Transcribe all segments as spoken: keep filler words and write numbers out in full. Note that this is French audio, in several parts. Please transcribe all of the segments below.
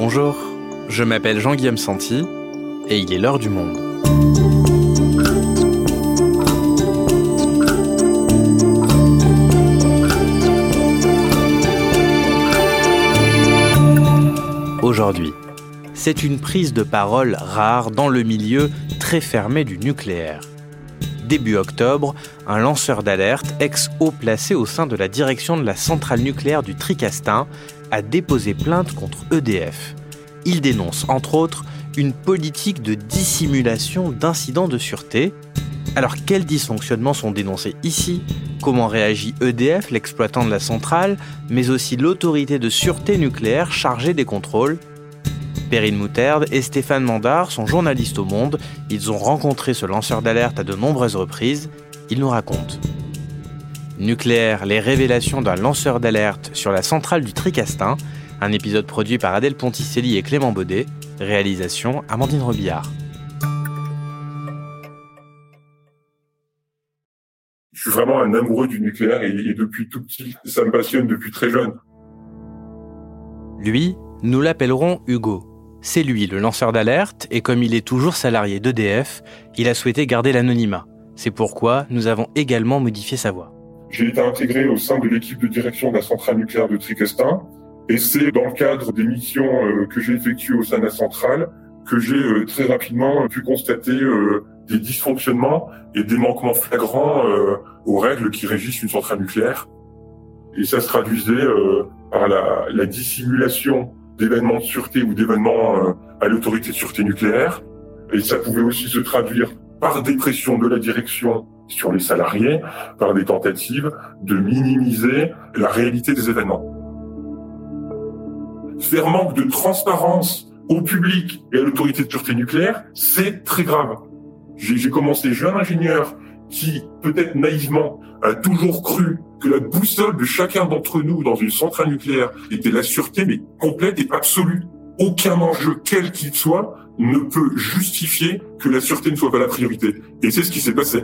Bonjour, je m'appelle Jean-Guillaume Santi et il est l'heure du monde. Aujourd'hui, c'est une prise de parole rare dans le milieu très fermé du nucléaire. Début octobre, un lanceur d'alerte, ex-haut placé au sein de la direction de la centrale nucléaire du Tricastin, a déposé plainte contre E D F. Il dénonce, entre autres, une politique de dissimulation d'incidents de sûreté. Alors, quels dysfonctionnements sont dénoncés ici ? Comment réagit E D F, l'exploitant de la centrale, mais aussi l'autorité de sûreté nucléaire chargée des contrôles ? Perrine Moutarde et Stéphane Mandard sont journalistes au Monde. Ils ont rencontré ce lanceur d'alerte à de nombreuses reprises. Ils nous racontent. Nucléaire, les révélations d'un lanceur d'alerte sur la centrale du Tricastin. Un épisode produit par Adèle Ponticelli et Clément Baudet. Réalisation Amandine Robillard. Je suis vraiment un amoureux du nucléaire et, et depuis tout petit, ça me passionne depuis très jeune. Lui, nous l'appellerons Hugo. C'est lui le lanceur d'alerte et comme il est toujours salarié d'E D F, il a souhaité garder l'anonymat. C'est pourquoi nous avons également modifié sa voix. J'ai été intégré au sein de l'équipe de direction de la centrale nucléaire de Tricastin et c'est dans le cadre des missions euh, que j'ai effectuées au sein de la centrale que j'ai euh, très rapidement pu constater euh, des dysfonctionnements et des manquements flagrants euh, aux règles qui régissent une centrale nucléaire. Et ça se traduisait euh, par la, la dissimulation d'événements de sûreté ou d'événements euh, à l'autorité de sûreté nucléaire. Et ça pouvait aussi se traduire par des pressions de la direction sur les salariés, par des tentatives de minimiser la réalité des événements. Faire manque de transparence au public et à l'autorité de sûreté nucléaire, c'est très grave. J'ai, j'ai commencé jeune ingénieur qui, peut-être naïvement, a toujours cru que la boussole de chacun d'entre nous dans une centrale nucléaire était la sûreté, mais complète et absolue. Aucun enjeu, quel qu'il soit, ne peut justifier que la sûreté ne soit pas la priorité. Et c'est ce qui s'est passé.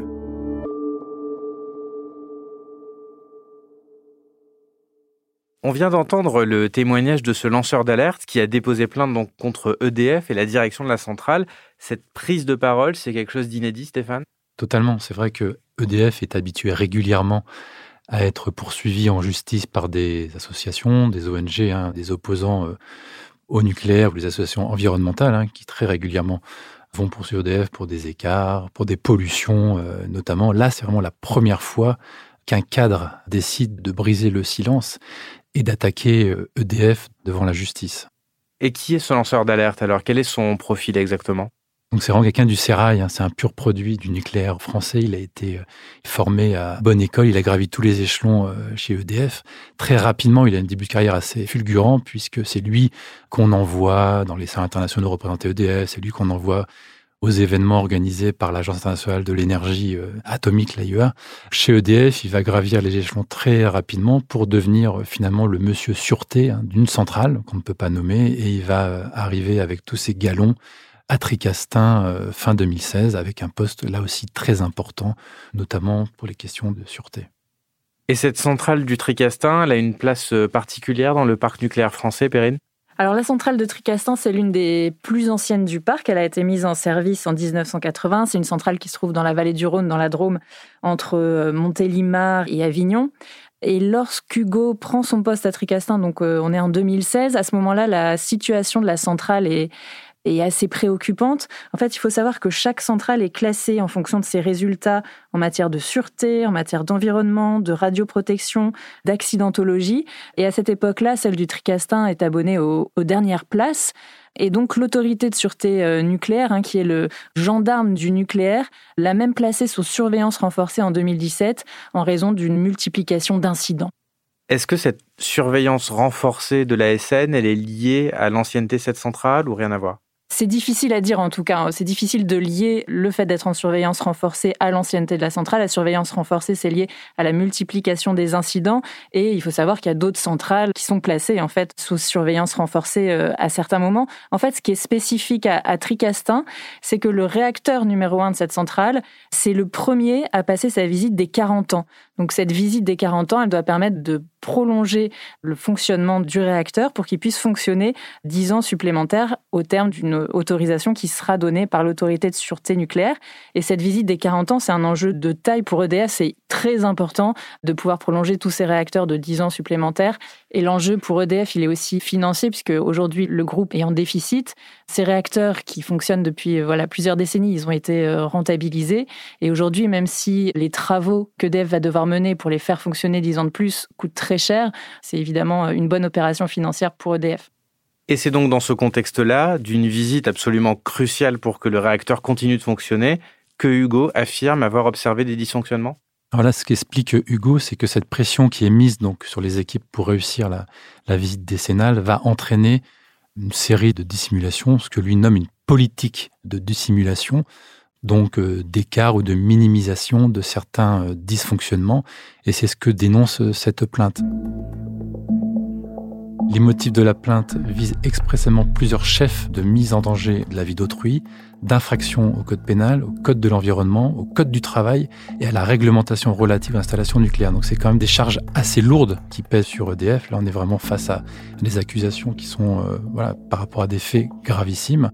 On vient d'entendre le témoignage de ce lanceur d'alerte qui a déposé plainte donc contre E D F et la direction de la centrale. Cette prise de parole, c'est quelque chose d'inédit, Stéphane ? Totalement. C'est vrai que E D F est habitué régulièrement à être poursuivi en justice par des associations, des O N G, hein, des opposants euh, au nucléaire ou des associations environnementales hein, qui très régulièrement vont poursuivre E D F pour des écarts, pour des pollutions euh, notamment. Là, c'est vraiment la première fois qu'un cadre décide de briser le silence et d'attaquer E D F devant la justice. Et qui est ce lanceur d'alerte alors ? Quel est son profil exactement ? Donc c'est vraiment quelqu'un du sérail, hein. C'est un pur produit du nucléaire français. Il a été formé à bonne école, il a gravi tous les échelons chez E D F. Très rapidement, il a un début de carrière assez fulgurant puisque c'est lui qu'on envoie dans les salles internationaux représenter E D F, c'est lui qu'on envoie aux événements organisés par l'Agence internationale de l'énergie atomique, l'A I E A. Chez E D F, il va gravir les échelons très rapidement pour devenir finalement le monsieur sûreté hein, d'une centrale qu'on ne peut pas nommer et il va arriver avec tous ses galons à Tricastin euh, fin deux mille seize, avec un poste là aussi très important, notamment pour les questions de sûreté. Et cette centrale du Tricastin, elle a une place particulière dans le parc nucléaire français, Perrine ? Alors la centrale de Tricastin, c'est l'une des plus anciennes du parc. Elle a été mise en service en dix-neuf cent quatre-vingts. C'est une centrale qui se trouve dans la vallée du Rhône, dans la Drôme, entre Montélimar et Avignon. Et lorsqu'Hugo prend son poste à Tricastin, donc euh, on est en deux mille seize, à ce moment-là, la situation de la centrale est est assez préoccupante. En fait, il faut savoir que chaque centrale est classée en fonction de ses résultats en matière de sûreté, en matière d'environnement, de radioprotection, d'accidentologie. Et à cette époque-là, celle du Tricastin est abonnée aux, aux dernières places. Et donc, l'autorité de sûreté euh, nucléaire, hein, qui est le gendarme du nucléaire, l'a même placée sous surveillance renforcée en deux mille dix-sept en raison d'une multiplication d'incidents. Est-ce que cette surveillance renforcée de l'A S N, elle est liée à l'ancienneté de cette centrale ou rien à voir ? C'est difficile à dire en tout cas. C'est difficile de lier le fait d'être en surveillance renforcée à l'ancienneté de la centrale. La surveillance renforcée, c'est lié à la multiplication des incidents. Et il faut savoir qu'il y a d'autres centrales qui sont placées en fait sous surveillance renforcée à certains moments. En fait, ce qui est spécifique à, à Tricastin, c'est que le réacteur numéro un de cette centrale, c'est le premier à passer sa visite des quarante ans. Donc cette visite des quarante ans, elle doit permettre de prolonger le fonctionnement du réacteur pour qu'il puisse fonctionner dix ans supplémentaires au terme d'une autorisation qui sera donnée par l'autorité de sûreté nucléaire. Et cette visite des quarante ans, c'est un enjeu de taille pour E D F. C'est très important de pouvoir prolonger tous ces réacteurs de dix ans supplémentaires. Et l'enjeu pour E D F, il est aussi financier, puisque aujourd'hui, le groupe est en déficit. Ces réacteurs qui fonctionnent depuis voilà, plusieurs décennies, ils ont été rentabilisés. Et aujourd'hui, même si les travaux qu'E D F va devoir mener pour les faire fonctionner dix ans de plus coûtent très cher, c'est évidemment une bonne opération financière pour E D F. Et c'est donc dans ce contexte-là, d'une visite absolument cruciale pour que le réacteur continue de fonctionner, que Hugo affirme avoir observé des dysfonctionnements ? Alors là, ce qu'explique Hugo, c'est que cette pression qui est mise donc sur les équipes pour réussir la, la visite décennale va entraîner une série de dissimulations, ce que lui nomme une politique de dissimulation, donc euh, d'écart ou de minimisation de certains euh, dysfonctionnements, et c'est ce que dénonce cette plainte. Les motifs de la plainte visent expressément plusieurs chefs de mise en danger de la vie d'autrui, d'infraction au code pénal, au code de l'environnement, au code du travail et à la réglementation relative à l'installation nucléaire. Donc c'est quand même des charges assez lourdes qui pèsent sur E D F. Là, on est vraiment face à des accusations qui sont euh, voilà, par rapport à des faits gravissimes.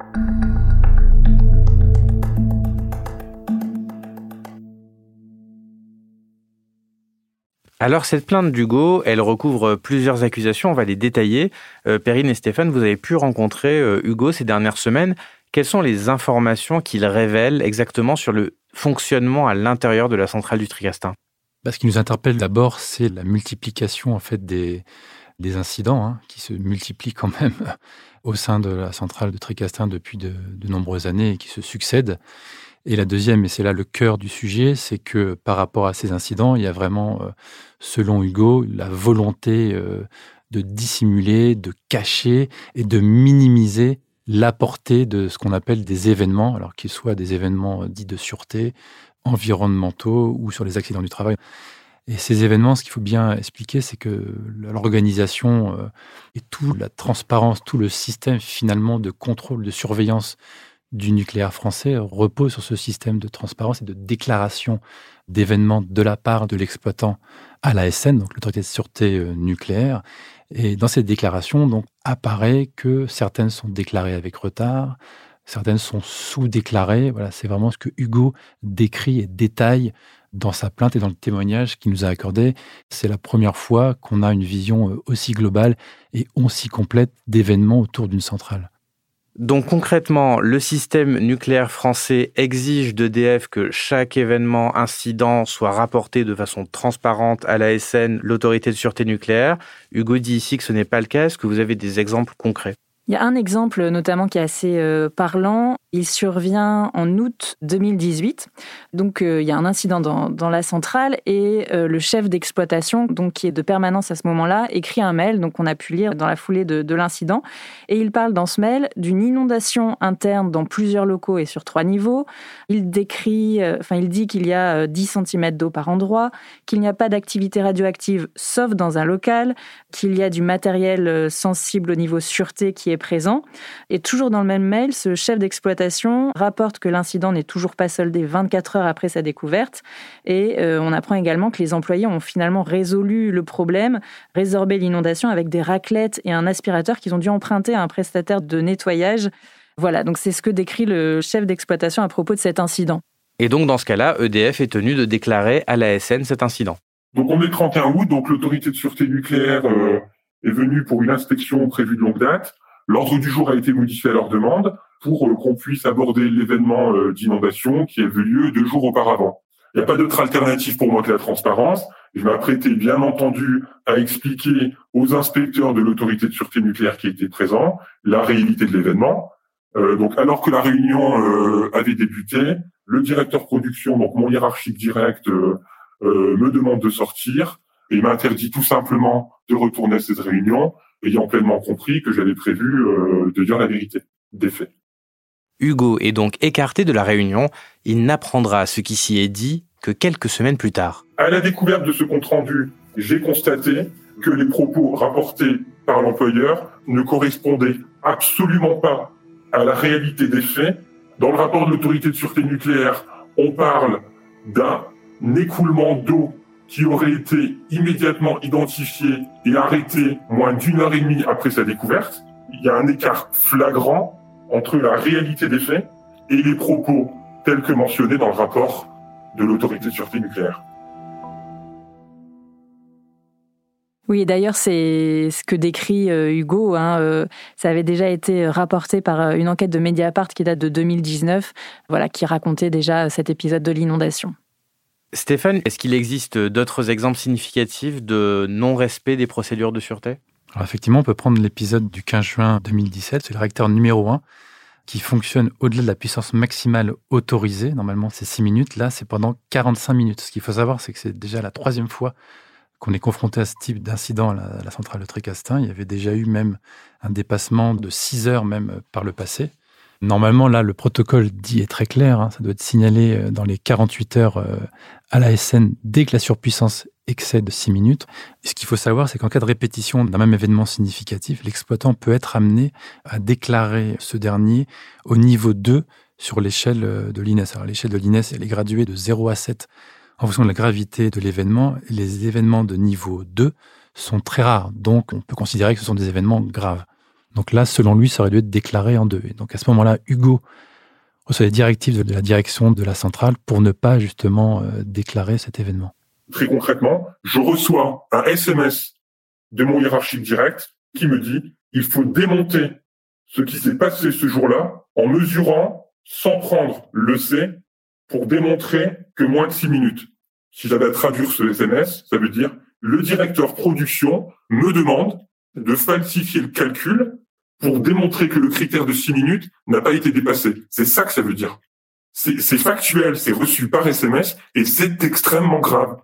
Alors cette plainte d'Hugo, elle recouvre plusieurs accusations, on va les détailler. Euh, Perrine et Stéphane, vous avez pu rencontrer euh, Hugo ces dernières semaines. Quelles sont les informations qu'il révèle exactement sur le fonctionnement à l'intérieur de la centrale du Tricastin ? Bah, ce qui nous interpelle d'abord, c'est la multiplication en fait, des, des incidents hein, qui se multiplient quand même au sein de la centrale de Tricastin depuis de, de nombreuses années et qui se succèdent. Et la deuxième, et c'est là le cœur du sujet, c'est que par rapport à ces incidents, il y a vraiment, euh, selon Hugo, la volonté euh, de dissimuler, de cacher et de minimiser la portée de ce qu'on appelle des événements, alors qu'ils soient des événements dits de sûreté, environnementaux ou sur les accidents du travail. Et ces événements, ce qu'il faut bien expliquer, c'est que l'organisation euh, et toute la transparence, tout le système finalement de contrôle, de surveillance du nucléaire français repose sur ce système de transparence et de déclaration d'événements de la part de l'exploitant à l'A S N, donc l'autorité de sûreté nucléaire. Et dans cette déclaration, donc, apparaît que certaines sont déclarées avec retard, certaines sont sous-déclarées. Voilà, c'est vraiment ce que Hugo décrit et détaille dans sa plainte et dans le témoignage qu'il nous a accordé. C'est la première fois qu'on a une vision aussi globale et aussi complète d'événements autour d'une centrale. Donc concrètement, le système nucléaire français exige d'E D F que chaque événement, incident soit rapporté de façon transparente à l'A S N, l'autorité de sûreté nucléaire. Hugo dit ici que ce n'est pas le cas. Est-ce que vous avez des exemples concrets ? Il y a un exemple notamment qui est assez euh, parlant. Il survient en août deux mille dix-huit. Donc, euh, il y a un incident dans, dans la centrale et euh, le chef d'exploitation, donc qui est de permanence à ce moment-là, écrit un mail, donc on a pu lire dans la foulée de, de l'incident. Et il parle dans ce mail d'une inondation interne dans plusieurs locaux et sur trois niveaux. Il décrit, euh, enfin, il dit qu'il y a euh, dix centimètres d'eau par endroit, qu'il n'y a pas d'activité radioactive sauf dans un local, qu'il y a du matériel euh, sensible au niveau sûreté qui est présent. Et toujours dans le même mail, ce chef d'exploitation rapporte que l'incident n'est toujours pas soldé vingt-quatre heures après sa découverte. Et euh, on apprend également que les employés ont finalement résolu le problème, résorbé l'inondation avec des raclettes et un aspirateur qu'ils ont dû emprunter à un prestataire de nettoyage. Voilà, donc c'est ce que décrit le chef d'exploitation à propos de cet incident. Et donc dans ce cas-là, E D F est tenu de déclarer à l'A S N cet incident. Donc on est trente et un août, donc l'autorité de sûreté nucléaire euh, est venue pour une inspection prévue de longue date. L'ordre du jour a été modifié à leur demande pour euh, qu'on puisse aborder l'événement euh, d'inondation qui avait lieu deux jours auparavant. Il n'y a pas d'autre alternative pour moi que la transparence. Je m'apprêtais bien entendu à expliquer aux inspecteurs de l'autorité de sûreté nucléaire qui étaient présents la réalité de l'événement. Euh, donc alors que la réunion euh, avait débuté, le directeur production, donc mon hiérarchique direct, euh, euh, me demande de sortir et m'interdit tout simplement de retourner à cette réunion, ayant pleinement compris que j'avais prévu euh, de dire la vérité des faits. Hugo est donc écarté de la réunion. Il n'apprendra ce qui s'y est dit que quelques semaines plus tard. À la découverte de ce compte-rendu, j'ai constaté que les propos rapportés par l'employeur ne correspondaient absolument pas à la réalité des faits. Dans le rapport de l'autorité de sûreté nucléaire, on parle d'un écoulement d'eau qui aurait été immédiatement identifié et arrêté moins d'une heure et demie après sa découverte. Il y a un écart flagrant entre la réalité des faits et les propos tels que mentionnés dans le rapport de l'autorité de sûreté nucléaire. Oui, d'ailleurs, c'est ce que décrit Hugo. Hein, euh, ça avait déjà été rapporté par une enquête de Mediapart qui date de deux mille dix-neuf, voilà, qui racontait déjà cet épisode de l'inondation. Stéphane, est-ce qu'il existe d'autres exemples significatifs de non-respect des procédures de sûreté ? Alors effectivement, on peut prendre l'épisode du quinze juin deux mille dix-sept, c'est le réacteur numéro un, qui fonctionne au-delà de la puissance maximale autorisée. Normalement, c'est six minutes. Là, c'est pendant quarante-cinq minutes. Ce qu'il faut savoir, c'est que c'est déjà la troisième fois qu'on est confronté à ce type d'incident à la, à la centrale de Tricastin. Il y avait déjà eu même un dépassement de six heures même par le passé. Normalement, là, le protocole dit est très clair. Hein, ça doit être signalé dans les quarante-huit heures à l'A S N dès que la surpuissance excède six minutes. Et ce qu'il faut savoir, c'est qu'en cas de répétition d'un même événement significatif, l'exploitant peut être amené à déclarer ce dernier au niveau deux sur l'échelle de l'I N E S. Alors, l'échelle de l'I N E S, elle est graduée de zéro à sept en fonction de la gravité de l'événement. Les événements de niveau deux sont très rares, donc on peut considérer que ce sont des événements graves. Donc là, selon lui, ça aurait dû être déclaré en deux. Et donc à ce moment-là, Hugo reçoit les directives de la direction de la centrale pour ne pas justement euh, déclarer cet événement. Très concrètement, je reçois un S M S de mon hiérarchique direct qui me dit « Il faut démonter ce qui s'est passé ce jour-là en mesurant, sans prendre le C, pour démontrer que moins de six minutes. » Si j'avais à traduire ce S M S, ça veut dire « Le directeur production me demande de falsifier le calcul pour démontrer que le critère de six minutes n'a pas été dépassé. » C'est ça que ça veut dire. C'est, c'est factuel, c'est reçu par S M S et c'est extrêmement grave.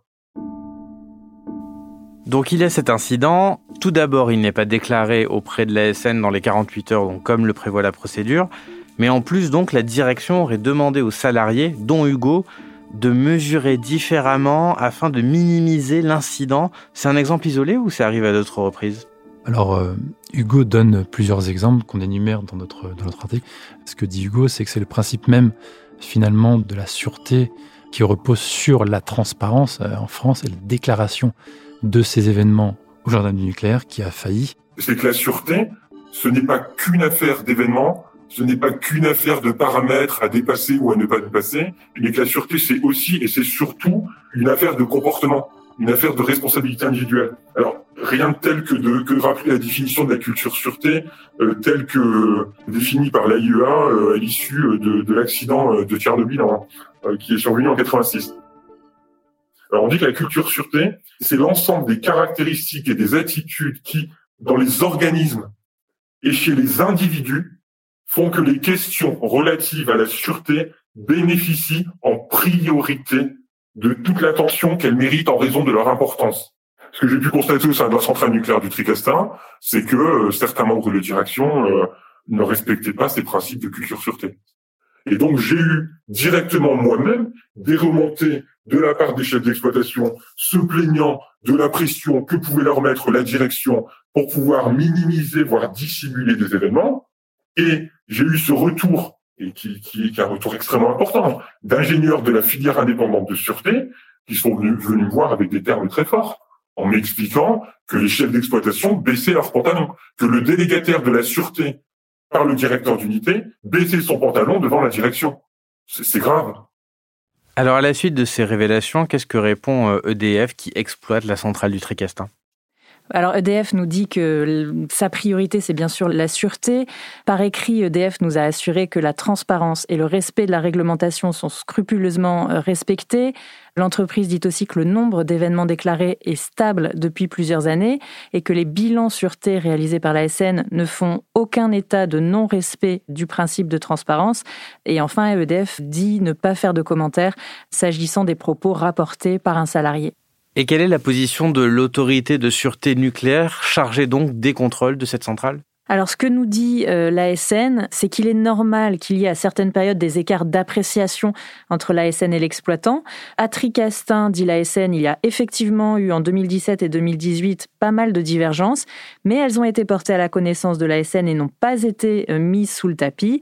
Donc il y a cet incident. Tout d'abord, il n'est pas déclaré auprès de l'A S N dans les quarante-huit heures, donc comme le prévoit la procédure. Mais en plus, donc, la direction aurait demandé aux salariés, dont Hugo, de mesurer différemment afin de minimiser l'incident. C'est un exemple isolé ou ça arrive à d'autres reprises ? Alors, euh, Hugo donne plusieurs exemples qu'on énumère dans notre, dans notre article. Ce que dit Hugo, c'est que c'est le principe même, finalement, de la sûreté qui repose sur la transparence euh, en France et la déclaration de ces événements au gendarme du nucléaire qui a failli. C'est que la sûreté, ce n'est pas qu'une affaire d'événements, ce n'est pas qu'une affaire de paramètres à dépasser ou à ne pas dépasser, mais que la sûreté, c'est aussi et c'est surtout une affaire de comportement, une affaire de responsabilité individuelle. Alors, rien de tel que de, que de rappeler la définition de la culture sûreté, euh, telle que euh, définie par l'A I E A euh, à l'issue de, de l'accident de Tchernobyl en, euh, qui est survenu en quatre-vingt-six. Alors, on dit que la culture sûreté, c'est l'ensemble des caractéristiques et des attitudes qui, dans les organismes et chez les individus, font que les questions relatives à la sûreté bénéficient en priorité de toute l'attention qu'elles méritent en raison de leur importance. Ce que j'ai pu constater au sein de la centrale nucléaire du Tricastin, c'est que euh, certains membres de direction euh, ne respectaient pas ces principes de culture sûreté. Et donc j'ai eu directement moi-même des remontées de la part des chefs d'exploitation se plaignant de la pression que pouvait leur mettre la direction pour pouvoir minimiser, voire dissimuler des événements. Et j'ai eu ce retour, et qui, qui, qui est un retour extrêmement important, d'ingénieurs de la filière indépendante de sûreté qui sont venus, venus me voir avec des termes très forts, en m'expliquant que les chefs d'exploitation baissaient leurs pantalons, que le délégataire de la sûreté par le directeur d'unité baissait son pantalon devant la direction. C'est, c'est grave. Alors à la suite de ces révélations, qu'est-ce que répond E D F qui exploite la centrale du Tricastin ? Alors E D F nous dit que sa priorité, c'est bien sûr la sûreté. Par écrit, E D F nous a assuré que la transparence et le respect de la réglementation sont scrupuleusement respectés. L'entreprise dit aussi que le nombre d'événements déclarés est stable depuis plusieurs années et que les bilans sûreté réalisés par l'A S N ne font aucun état de non-respect du principe de transparence. Et enfin, E D F dit ne pas faire de commentaires s'agissant des propos rapportés par un salarié. Et quelle est la position de l'autorité de sûreté nucléaire chargée donc des contrôles de cette centrale ? Alors, ce que nous dit euh, l'A S N, c'est qu'il est normal qu'il y ait à certaines périodes des écarts d'appréciation entre l'A S N et l'exploitant. À Tricastin, dit l'A S N, il y a effectivement eu en deux mille dix-sept et deux mille dix-huit pas mal de divergences, mais elles ont été portées à la connaissance de l'A S N et n'ont pas été euh, mises sous le tapis.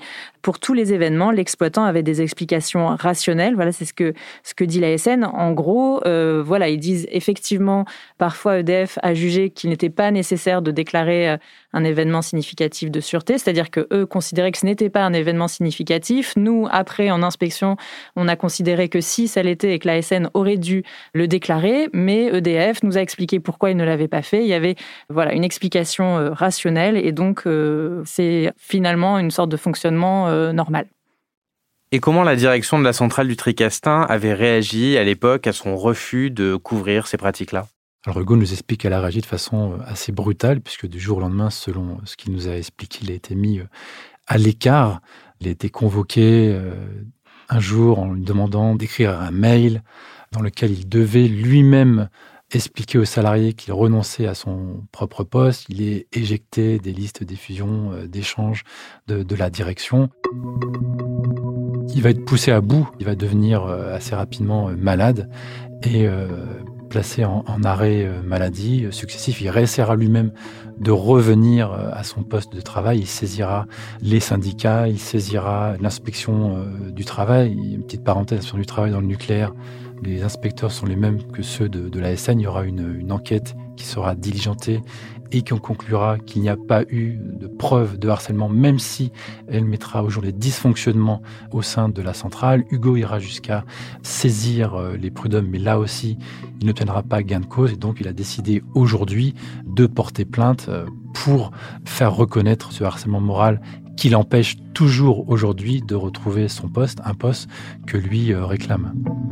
pour tous les événements, l'exploitant avait des explications rationnelles. Voilà, c'est ce que, ce que dit l'A S N. En gros, euh, voilà, ils disent effectivement, parfois E D F a jugé qu'il n'était pas nécessaire de déclarer un événement significatif de sûreté, c'est-à-dire que eux considéraient que ce n'était pas un événement significatif. Nous, après, en inspection, on a considéré que si ça l'était et que l'A S N aurait dû le déclarer, mais E D F nous a expliqué pourquoi il ne l'avait pas fait. Il y avait voilà, une explication euh, rationnelle et donc euh, c'est finalement une sorte de fonctionnement euh, normal. Et comment la direction de la centrale du Tricastin avait réagi à l'époque à son refus de couvrir ces pratiques-là ? Alors Hugo nous explique qu'elle a réagi de façon assez brutale, puisque du jour au lendemain, selon ce qu'il nous a expliqué, il a été mis à l'écart. Il a été convoqué un jour en lui demandant d'écrire un mail dans lequel il devait lui-même expliquer aux salariés qu'il renonçait à son propre poste. Il est éjecté des listes d'effusion, d'échanges de, de la direction. Il va être poussé à bout, il va devenir assez rapidement malade et euh, placé en, en arrêt maladie successif. Il réessayera lui-même de revenir à son poste de travail. Il saisira les syndicats, il saisira l'inspection du travail. Une petite parenthèse sur du travail dans le nucléaire. Les inspecteurs sont les mêmes que ceux de, de l'A S N. Il y aura une, une enquête qui sera diligentée et qui en conclura qu'il n'y a pas eu de preuve de harcèlement, même si elle mettra au jour les dysfonctionnements au sein de la centrale. Hugo ira jusqu'à saisir les prud'hommes, mais là aussi, il n'obtiendra pas gain de cause. Et donc, il a décidé aujourd'hui de porter plainte pour faire reconnaître ce harcèlement moral qui l'empêche toujours aujourd'hui de retrouver son poste, un poste que lui réclame.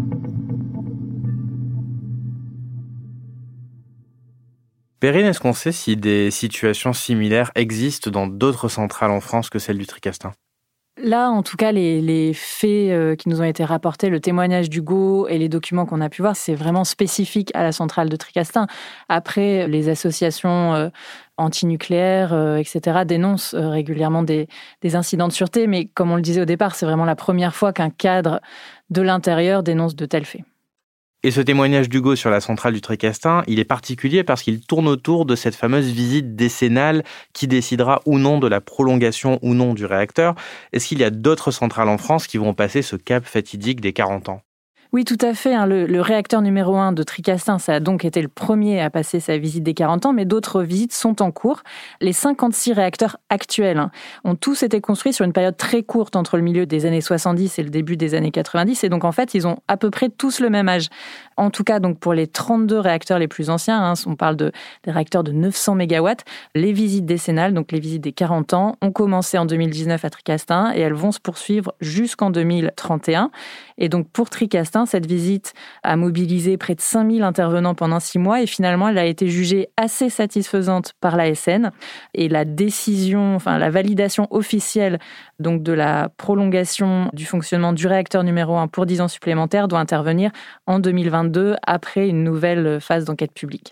Perrine, est-ce qu'on sait si des situations similaires existent dans d'autres centrales en France que celle du Tricastin ? Là, en tout cas, les, les faits euh, qui nous ont été rapportés, le témoignage d'Hugo et les documents qu'on a pu voir, c'est vraiment spécifique à la centrale de Tricastin. Après, les associations euh, antinucléaires, euh, et cetera, dénoncent euh, régulièrement des, des incidents de sûreté, mais comme on le disait au départ, c'est vraiment la première fois qu'un cadre de l'intérieur dénonce de tels faits. Et ce témoignage d'Hugo sur la centrale du Tricastin, il est particulier parce qu'il tourne autour de cette fameuse visite décennale qui décidera ou non de la prolongation ou non du réacteur. Est-ce qu'il y a d'autres centrales en France qui vont passer ce cap fatidique des quarante ans ? Oui, tout à fait. Hein. Le, le réacteur numéro un de Tricastin, ça a donc été le premier à passer sa visite des quarante ans, mais d'autres visites sont en cours. Les cinquante-six réacteurs actuels hein, ont tous été construits sur une période très courte entre le milieu des années soixante-dix et le début des années quatre-vingt-dix. Et donc, en fait, ils ont à peu près tous le même âge. En tout cas, donc pour les trente-deux réacteurs les plus anciens, hein, on parle de, des réacteurs de neuf cents mégawatts, les visites décennales, donc les visites des quarante ans, ont commencé en deux mille dix-neuf à Tricastin et elles vont se poursuivre jusqu'en deux mille trente et un. Et donc, pour Tricastin, cette visite a mobilisé près de cinq mille intervenants pendant six mois et finalement, elle a été jugée assez satisfaisante par l'A S N. Et la décision, enfin, la validation officielle donc, de la prolongation du fonctionnement du réacteur numéro un pour dix ans supplémentaires doit intervenir en deux mille vingt-deux après une nouvelle phase d'enquête publique.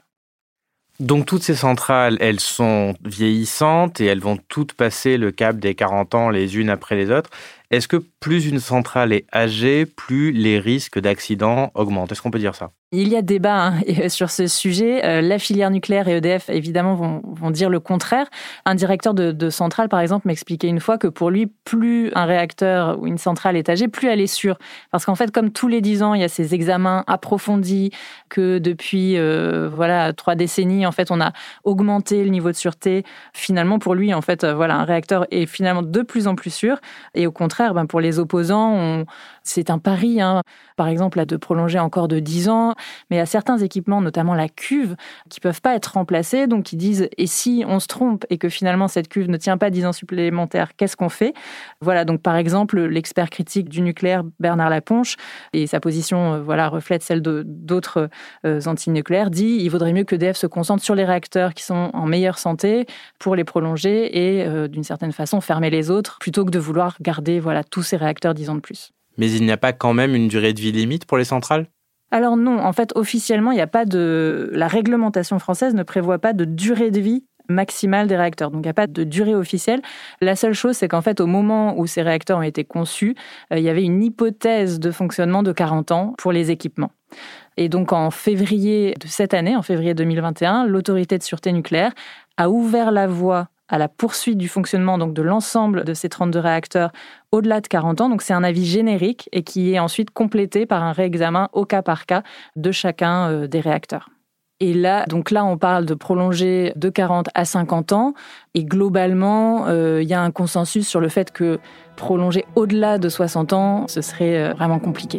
Donc toutes ces centrales, elles sont vieillissantes et elles vont toutes passer le cap des quarante ans les unes après les autres. Est-ce que plus une centrale est âgée, plus les risques d'accident augmentent ? Est-ce qu'on peut dire ça ? Il y a débat hein, sur ce sujet. Euh, la filière nucléaire et E D F, évidemment, vont, vont dire le contraire. Un directeur de, de centrale, par exemple, m'expliquait une fois que pour lui, plus un réacteur ou une centrale est âgée, plus elle est sûre. Parce qu'en fait, comme tous les dix ans, il y a ces examens approfondis, que depuis euh, voilà, trois décennies, en fait, on a augmenté le niveau de sûreté. Finalement, pour lui, en fait, euh, voilà, un réacteur est finalement de plus en plus sûr. Et au contraire, ben, pour les opposants, on... c'est un pari, hein, par exemple, là, de prolonger encore de dix ans. Mais il y a certains équipements, notamment la cuve, qui ne peuvent pas être remplacés. Donc, ils disent, et si on se trompe et que finalement, cette cuve ne tient pas dix ans supplémentaires, qu'est-ce qu'on fait ? Voilà, donc par exemple, l'expert critique du nucléaire, Bernard Laponche, et sa position voilà, reflète celle de, d'autres euh, antinucléaires, dit il vaudrait mieux que E D F se concentre sur les réacteurs qui sont en meilleure santé pour les prolonger et, euh, d'une certaine façon, fermer les autres, plutôt que de vouloir garder voilà, tous ces réacteurs dix ans de plus. Mais il n'y a pas quand même une durée de vie limite pour les centrales ? Alors non, en fait, officiellement, il n'y a pas de... La réglementation française ne prévoit pas de durée de vie maximale des réacteurs. Donc, il n'y a pas de durée officielle. La seule chose, c'est qu'en fait, au moment où ces réacteurs ont été conçus, euh, il y avait une hypothèse de fonctionnement de quarante ans pour les équipements. Et donc, en février de cette année, en février deux mille vingt et un, l'Autorité de sûreté nucléaire a ouvert la voie à la poursuite du fonctionnement donc, de l'ensemble de ces trente-deux réacteurs au-delà de quarante ans. Donc c'est un avis générique et qui est ensuite complété par un réexamen au cas par cas de chacun euh, des réacteurs. Et là, donc là, on parle de prolonger de quarante à cinquante ans. Et globalement, euh, il y a un consensus sur le fait que prolonger au-delà de soixante ans, ce serait vraiment compliqué.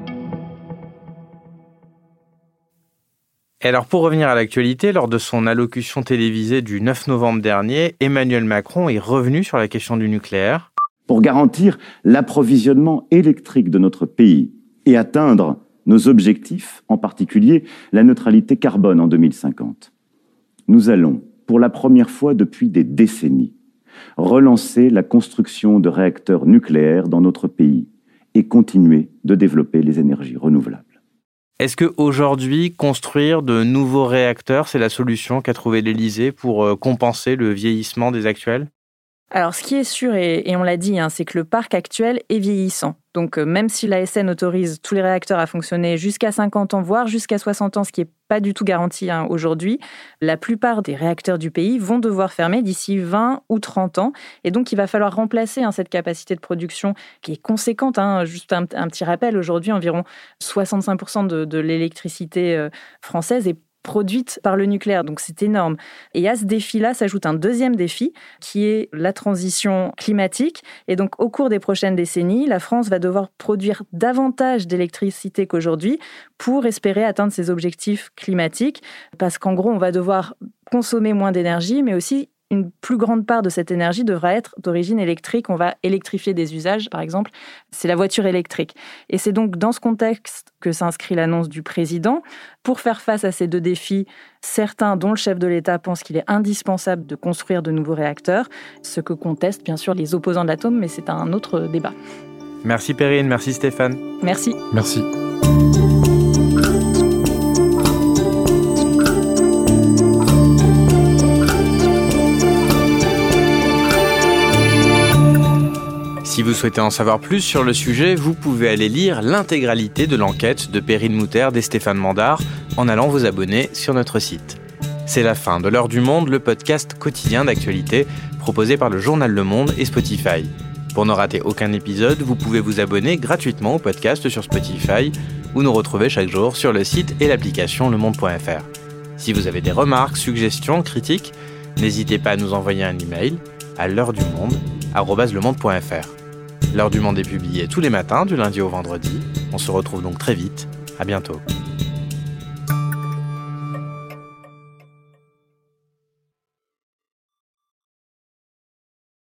Et alors, pour revenir à l'actualité, lors de son allocution télévisée du neuf novembre dernier, Emmanuel Macron est revenu sur la question du nucléaire. Pour garantir l'approvisionnement électrique de notre pays et atteindre nos objectifs, en particulier la neutralité carbone en deux mille cinquante. Nous allons, pour la première fois depuis des décennies, relancer la construction de réacteurs nucléaires dans notre pays et continuer de développer les énergies renouvelables. Est-ce qu'aujourd'hui, construire de nouveaux réacteurs, c'est la solution qu'a trouvée l'Élysée pour compenser le vieillissement des actuels ? Alors, ce qui est sûr, et, et on l'a dit, hein, c'est que le parc actuel est vieillissant. Donc, euh, même si l'A S N autorise tous les réacteurs à fonctionner jusqu'à cinquante ans, voire jusqu'à soixante ans, ce qui n'est pas du tout garanti hein, aujourd'hui, la plupart des réacteurs du pays vont devoir fermer d'ici vingt ou trente ans. Et donc, il va falloir remplacer hein, cette capacité de production qui est conséquente. Hein, juste un, un petit rappel, aujourd'hui, environ soixante-cinq pour cent de, de l'électricité euh, française est produite par le nucléaire, donc c'est énorme. Et à ce défi-là s'ajoute un deuxième défi, qui est la transition climatique. Et donc, au cours des prochaines décennies, la France va devoir produire davantage d'électricité qu'aujourd'hui pour espérer atteindre ses objectifs climatiques, parce qu'en gros, on va devoir consommer moins d'énergie, mais aussi une plus grande part de cette énergie devra être d'origine électrique. On va électrifier des usages, par exemple, c'est la voiture électrique. Et c'est donc dans ce contexte que s'inscrit l'annonce du président. Pour faire face à ces deux défis, certains, dont le chef de l'État, pensent qu'il est indispensable de construire de nouveaux réacteurs, ce que contestent bien sûr les opposants de l'atome, mais c'est un autre débat. Merci Perrine, merci Stéphane. Merci. Merci. Si vous souhaitez en savoir plus sur le sujet, vous pouvez aller lire l'intégralité de l'enquête de Perrine Moutarde et Stéphane Mandard en allant vous abonner sur notre site. C'est la fin de L'Heure du Monde, le podcast quotidien d'actualité proposé par le journal Le Monde et Spotify. Pour ne rater aucun épisode, vous pouvez vous abonner gratuitement au podcast sur Spotify ou nous retrouver chaque jour sur le site et l'application lemonde point f r. Si vous avez des remarques, suggestions, critiques, n'hésitez pas à nous envoyer un email à l'heure du monde arobase lemonde point f r. L'Heure du Monde est publiée tous les matins, du lundi au vendredi. On se retrouve donc très vite. À bientôt.